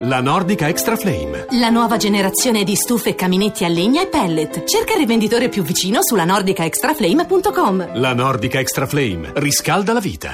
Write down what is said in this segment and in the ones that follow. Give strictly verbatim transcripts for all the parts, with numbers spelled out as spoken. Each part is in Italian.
La Nordica Extra Flame. La nuova generazione di stufe e caminetti a legna e pellet. Cerca il rivenditore più vicino sulla nordica extra flame punto com. La Nordica Extra Flame riscalda la vita.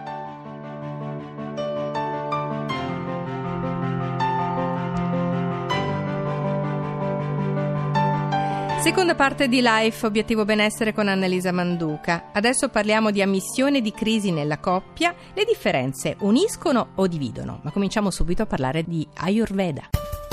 Seconda parte di Life, Obiettivo Benessere con Annalisa Manduca. Adesso parliamo di ammissione di crisi nella coppia. Le differenze uniscono o dividono? Ma cominciamo subito a parlare di Ayurveda.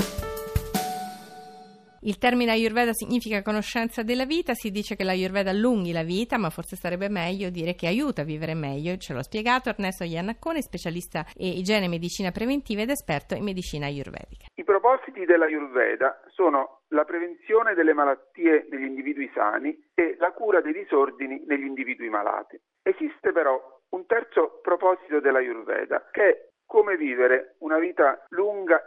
Il termine Ayurveda significa conoscenza della vita. Si dice che l'Ayurveda allunghi la vita, ma forse sarebbe meglio dire che aiuta a vivere meglio. Ce l'ho spiegato Ernesto Iannaccone, specialista in igiene e medicina preventiva ed esperto in medicina ayurvedica. I propositi dell'Ayurveda sono la prevenzione delle malattie negli individui sani e la cura dei disordini negli individui malati. Esiste però un terzo proposito dell'Ayurveda, che è come vivere una vita lunga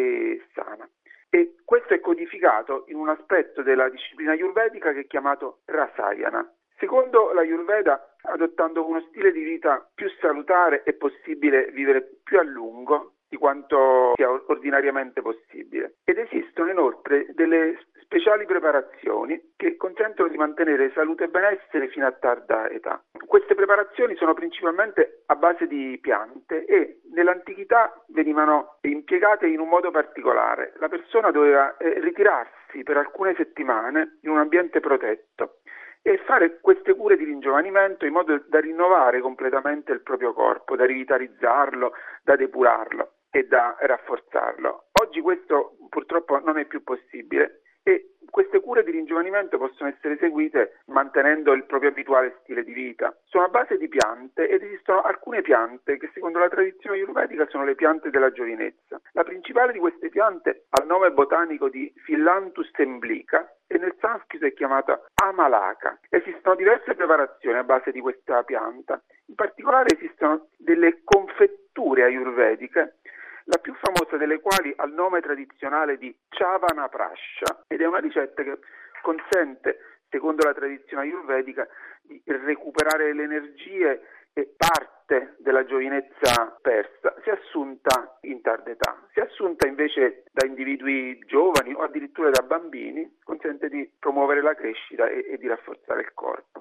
e sana. E questo è codificato in un aspetto della disciplina ayurvedica che è chiamato Rasayana. Secondo l'Ayurveda, adottando uno stile di vita più salutare è possibile vivere più a lungo di quanto sia ordinariamente possibile. Ed esistono inoltre delle speciali preparazioni che consentono di mantenere salute e benessere fino a tarda età. Queste preparazioni sono principalmente a base di piante e nell'antichità venivano impiegate in un modo particolare. La persona doveva eh, ritirarsi per alcune settimane in un ambiente protetto e fare queste cure di ringiovanimento in modo da rinnovare completamente il proprio corpo, da rivitalizzarlo, da depurarlo e da rafforzarlo. Oggi questo purtroppo non è più possibile e queste cure di ringiovanimento possono essere eseguite mantenendo il proprio abituale stile di vita. Sono a base di piante ed esistono alcune piante che secondo la tradizione ayurvedica sono le piante della giovinezza. La principale di queste piante ha il nome botanico di Phyllanthus temblica e nel sanscrito è chiamata Amalaka. Esistono diverse preparazioni a base di questa pianta. In particolare esistono delle confetture ayurvediche, la più famosa delle quali ha il nome tradizionale di Chavanaprasha ed è una ricetta che consente, secondo la tradizione ayurvedica, di recuperare le energie e parte della giovinezza persa, se assunta in tarda età. Se assunta invece da individui giovani o addirittura da bambini, consente di promuovere la crescita e, e di rafforzare il corpo.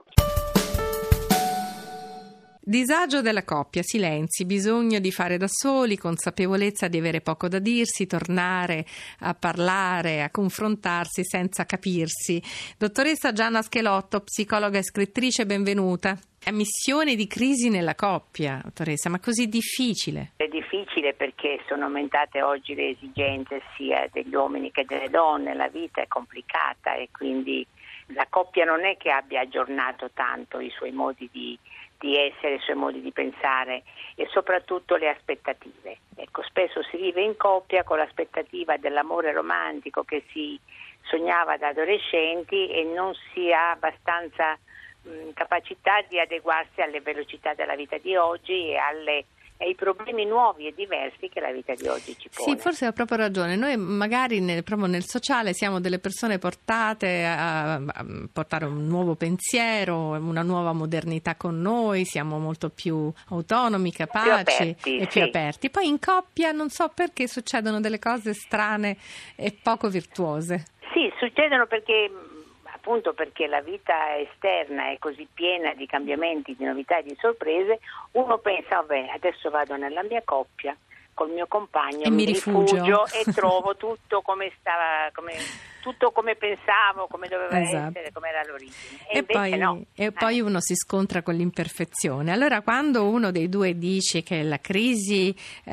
Disagio della coppia, silenzi, bisogno di fare da soli, consapevolezza di avere poco da dirsi, tornare a parlare, a confrontarsi senza capirsi. Dottoressa Gianna Schelotto, psicologa e scrittrice, benvenuta. Ammissione di crisi nella coppia, dottoressa, ma così difficile? È difficile perché sono aumentate oggi le esigenze sia degli uomini che delle donne, la vita è complicata e quindi la coppia non è che abbia aggiornato tanto i suoi modi di di essere, i suoi modi di pensare e soprattutto le aspettative. Ecco, spesso si vive in coppia con l'aspettativa dell'amore romantico che si sognava da adolescenti e non si ha abbastanza mh, capacità di adeguarsi alle velocità della vita di oggi e alle ai problemi nuovi e diversi che la vita di oggi ci pone. Sì, forse ha proprio ragione. Noi magari nel, proprio nel sociale siamo delle persone portate a, a portare un nuovo pensiero, una nuova modernità con noi, siamo molto più autonomi, capaci più aperti, e più sì. aperti. Poi in coppia non so perché succedono delle cose strane e poco virtuose. Sì, succedono perché appunto perché la vita esterna è così piena di cambiamenti, di novità e di sorprese, uno pensa, vabbè, adesso vado nella mia coppia, col mio compagno, e mi rifugio. rifugio e trovo tutto come stava, come, tutto come pensavo, come doveva esatto. essere, come era l'origine. E, E poi, no. e poi uno si scontra con l'imperfezione. Allora, quando uno dei due dice che la crisi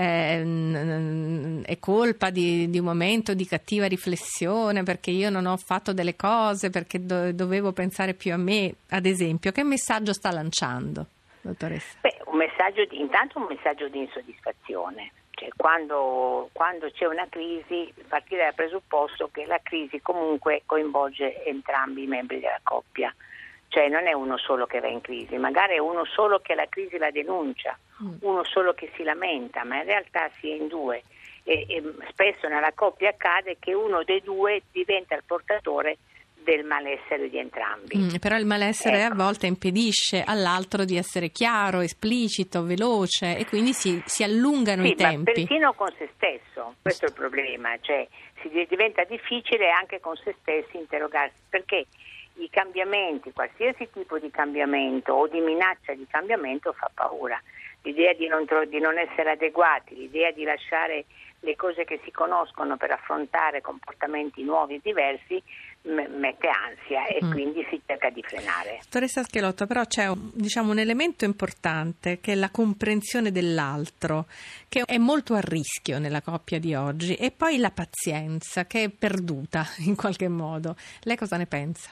eh, è colpa di, di un momento di cattiva riflessione, perché io non ho fatto delle cose, perché do, dovevo pensare più a me, ad esempio, che messaggio sta lanciando, dottoressa? Beh, un messaggio di, intanto un messaggio di insoddisfazione. Cioè, quando, quando c'è una crisi, partire dal presupposto che la crisi comunque coinvolge entrambi i membri della coppia, cioè non è uno solo che va in crisi, magari è uno solo che la crisi la denuncia, mm. uno solo che si lamenta, ma in realtà si è in due e, e spesso nella coppia accade che uno dei due diventa il portatore del malessere di entrambi. Mm, però il malessere ecco. a volte impedisce all'altro di essere chiaro, esplicito, veloce e quindi si, si allungano sì, i tempi. Ma persino con se stesso, questo è il problema, cioè si diventa difficile anche con se stessi interrogarsi, perché i cambiamenti, qualsiasi tipo di cambiamento o di minaccia di cambiamento fa paura. L'idea di non, di non essere adeguati, l'idea di lasciare le cose che si conoscono per affrontare comportamenti nuovi e diversi m- mette ansia e mm. quindi si cerca di frenare. Dottoressa Schelotto, però c'è un, diciamo, un elemento importante che è la comprensione dell'altro, che è molto a rischio nella coppia di oggi, e poi la pazienza, che è perduta in qualche modo. Lei cosa ne pensa?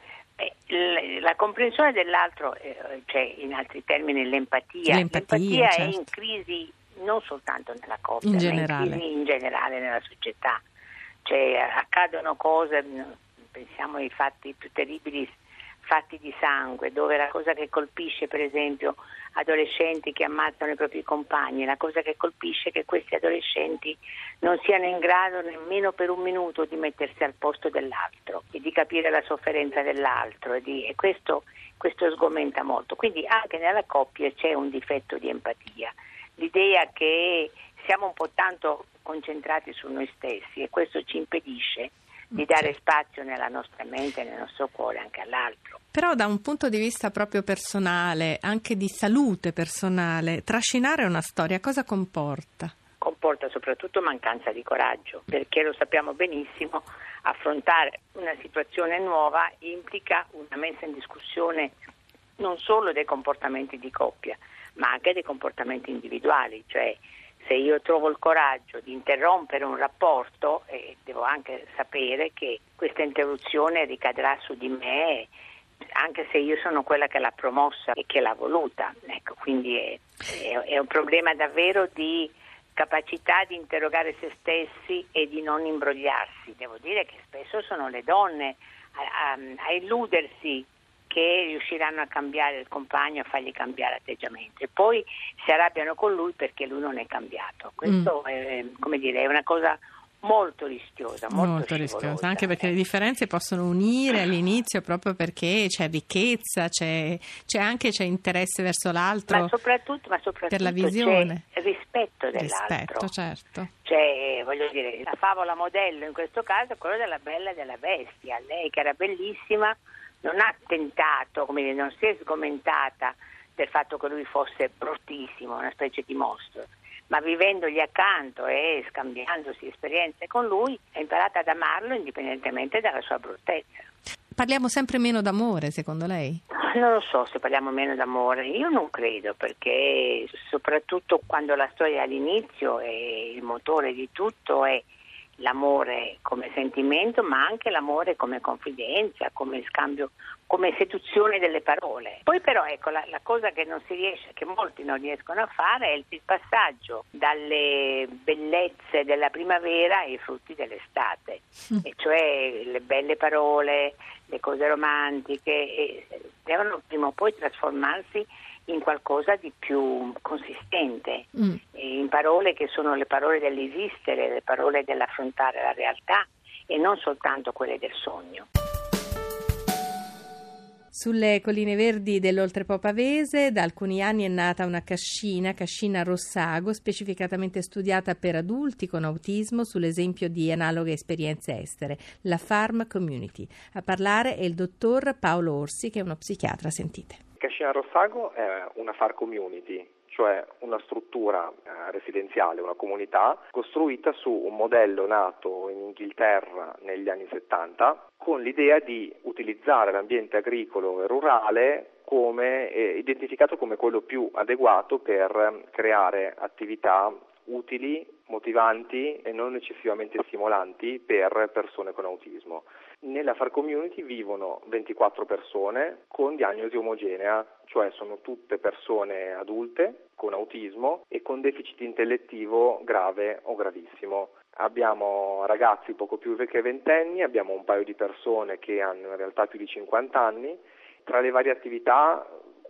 La comprensione dell'altro, eh, cioè in altri termini l'empatia, l'empatia, l'empatia certo. è in crisi non soltanto nella coppia, in ma generale. in crisi in generale nella società. Cioè accadono cose, pensiamo ai fatti più terribili, fatti di sangue, dove la cosa che colpisce, per esempio, adolescenti che ammazzano i propri compagni, la cosa che colpisce è che questi adolescenti non siano in grado nemmeno per un minuto di mettersi al posto dell'altro e di capire la sofferenza dell'altro, e, di, e questo, questo sgomenta molto. Quindi anche nella coppia c'è un difetto di empatia, l'idea che siamo un po' tanto concentrati su noi stessi e questo ci impedisce di dare spazio nella nostra mente e nel nostro cuore anche all'altro. Però da un punto di vista proprio personale, anche di salute personale, trascinare una storia cosa comporta? Comporta soprattutto mancanza di coraggio, perché lo sappiamo benissimo, affrontare una situazione nuova implica una messa in discussione non solo dei comportamenti di coppia, ma anche dei comportamenti individuali, cioè se io trovo il coraggio di interrompere un rapporto, eh, devo anche sapere che questa interruzione ricadrà su di me, anche se io sono quella che l'ha promossa e che l'ha voluta. Ecco, quindi è, è, è un problema davvero di capacità di interrogare se stessi e di non imbrogliarsi. Devo dire che spesso sono le donne a, a, a illudersi che riusciranno a cambiare il compagno, a fargli cambiare atteggiamento, e poi si arrabbiano con lui perché lui non è cambiato. Questo mm. è, come dire, è una cosa molto rischiosa, molto, molto rischiosa, anche perché eh. le differenze possono unire all'inizio proprio perché c'è ricchezza, c'è, c'è anche c'è interesse verso l'altro, ma soprattutto, ma soprattutto per la visione, c'è rispetto dell'altro. Rispetto, certo. Cioè, voglio dire, la favola modello in questo caso è quella della bella e della bestia. Lei, che era bellissima, non ha tentato, come dire, non si è sgomentata del fatto che lui fosse bruttissimo, una specie di mostro, ma vivendogli accanto e scambiandosi esperienze con lui, ha imparato ad amarlo indipendentemente dalla sua bruttezza. Parliamo sempre meno d'amore, secondo lei? Non lo so se parliamo meno d'amore, io non credo, perché soprattutto quando la storia è all'inizio e il motore di tutto è l'amore come sentimento, ma anche l'amore come confidenza, come scambio, come seduzione delle parole. Poi però ecco la, la cosa che non si riesce, che molti non riescono a fare, è il, il passaggio dalle bellezze della primavera ai frutti dell'estate, mm. e cioè le belle parole, le cose romantiche, e devono prima o poi trasformarsi in qualcosa di più consistente, mm. in parole che sono le parole dell'esistere, le parole dell'affrontare la realtà e non soltanto quelle del sogno. Sulle colline verdi dell'Oltrepo Pavese da alcuni anni è nata una cascina, Cascina Rossago, specificatamente studiata per adulti con autismo sull'esempio di analoghe esperienze estere, la Farm Community. A parlare è il dottor Paolo Orsi, che è uno psichiatra. Sentite. Cascina Rossago è una Farm Community, cioè una struttura eh, residenziale, una comunità costruita su un modello nato in Inghilterra negli anni settanta, con l'idea di utilizzare l'ambiente agricolo e rurale come eh, identificato come quello più adeguato per creare attività utili, motivanti e non eccessivamente stimolanti per persone con autismo. Nella Farm Community vivono ventiquattro persone con diagnosi omogenea, cioè sono tutte persone adulte con autismo e con deficit intellettivo grave o gravissimo. Abbiamo ragazzi poco più che ventenni, abbiamo un paio di persone che hanno in realtà più di cinquanta anni. Tra le varie attività,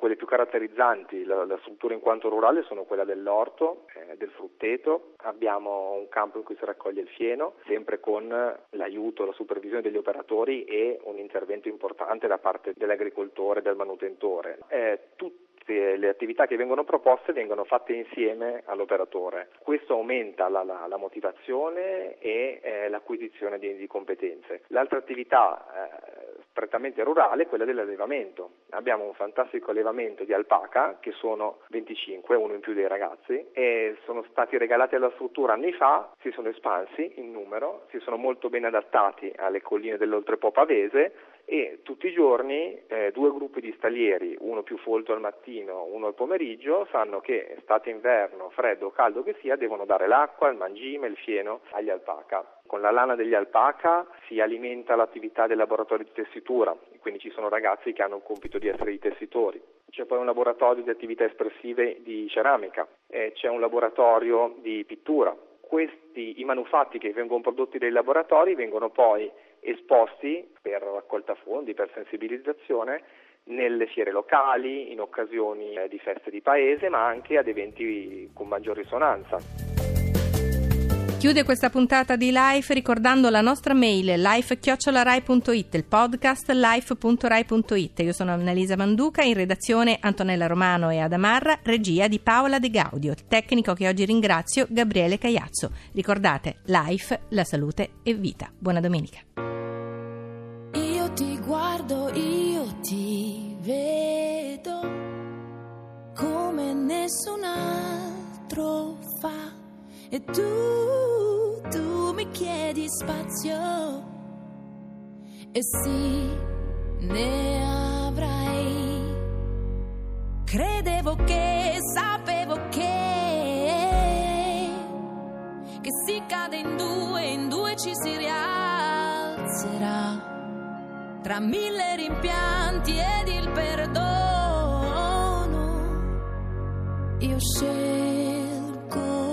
quelle più caratterizzanti la, la struttura in quanto rurale sono quella dell'orto, eh, del frutteto. Abbiamo un campo in cui si raccoglie il fieno, sempre con l'aiuto, la supervisione degli operatori e un intervento importante da parte dell'agricoltore, del manutentore. Eh, tutte le attività che vengono proposte vengono fatte insieme all'operatore. Questo aumenta la, la, la motivazione e eh, l'acquisizione di, di competenze. L'altra attività eh, strettamente rurale è quella dell'allevamento. Abbiamo un fantastico allevamento di alpaca, che sono venticinque, uno in più dei ragazzi, e sono stati regalati alla struttura anni fa, si sono espansi in numero, si sono molto ben adattati alle colline dell'Oltrepo pavese, e tutti i giorni eh, due gruppi di stallieri, uno più folto al mattino, uno al pomeriggio, sanno che estate, inverno, freddo o caldo che sia, devono dare l'acqua, il mangime, il fieno agli alpaca. Con la lana degli alpaca si alimenta l'attività del laboratorio di tessitura, quindi ci sono ragazzi che hanno il compito di essere i tessitori. C'è poi un laboratorio di attività espressive di ceramica, eh, c'è un laboratorio di pittura. Questi, i manufatti che vengono prodotti dai laboratori vengono poi esposti per raccolta fondi, per sensibilizzazione, nelle fiere locali, in occasioni di feste di paese, ma anche ad eventi con maggior risonanza. Chiude questa puntata di Life ricordando la nostra mail life chiocciola rai punto it, il podcast life punto rai punto it. Io sono Annalisa Manduca, in redazione Antonella Romano e Adamarra, regia di Paola De Gaudio, il tecnico che oggi ringrazio Gabriele Cagliazzo. Ricordate, Life, la salute e vita. Buona domenica. Io ti guardo, io ti vedo come nessun altro fa. E tu, tu mi chiedi spazio, e sì, ne avrai. Credevo che, sapevo che, che si cade in due, in due ci si rialzerà. Tra mille rimpianti ed il perdono, io scelgo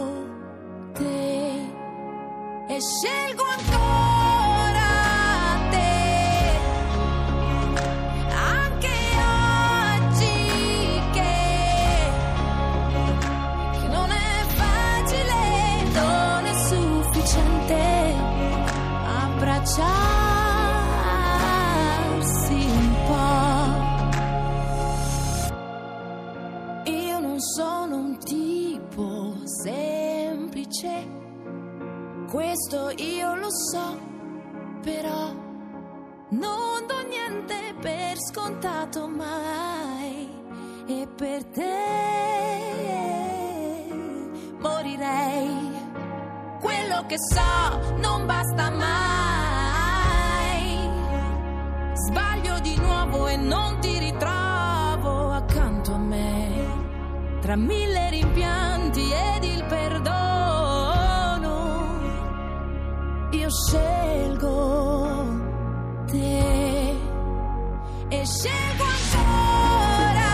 e scelgo ancora te, anche oggi che, che non è facile, non è sufficiente abbracciarsi un po'. Io non sono un tipo semplice, questo io lo so, però non do niente per scontato mai, e per te morirei. Quello che so non basta mai, sbaglio di nuovo e non ti ritrovo accanto a me, tra mille rimpianti ed il perdono. Io scelgo te e scelgo ancora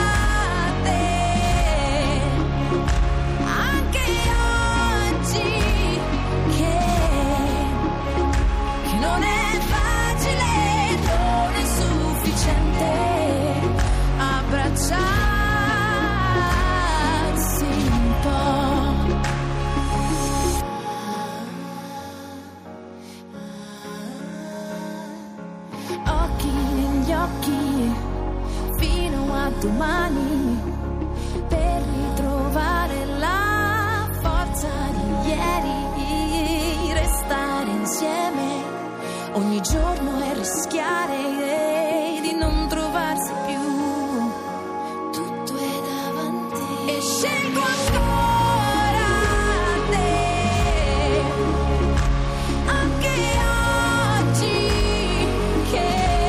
te, anche oggi che, che non è facile, non è sufficiente abbracciarsi un po'. Fino a domani, per ritrovare la forza di ieri, restare insieme ogni giorno e rischiare di non trovarsi più, tutto è davanti e scelgo ancora te, anche oggi che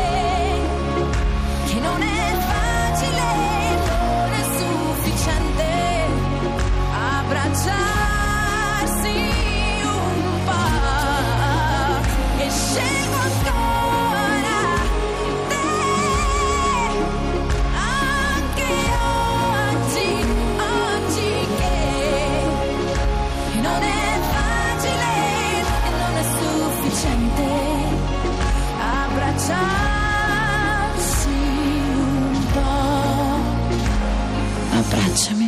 non è facile, non è sufficiente abbracciarsi un po', e scelgo ancora Baciami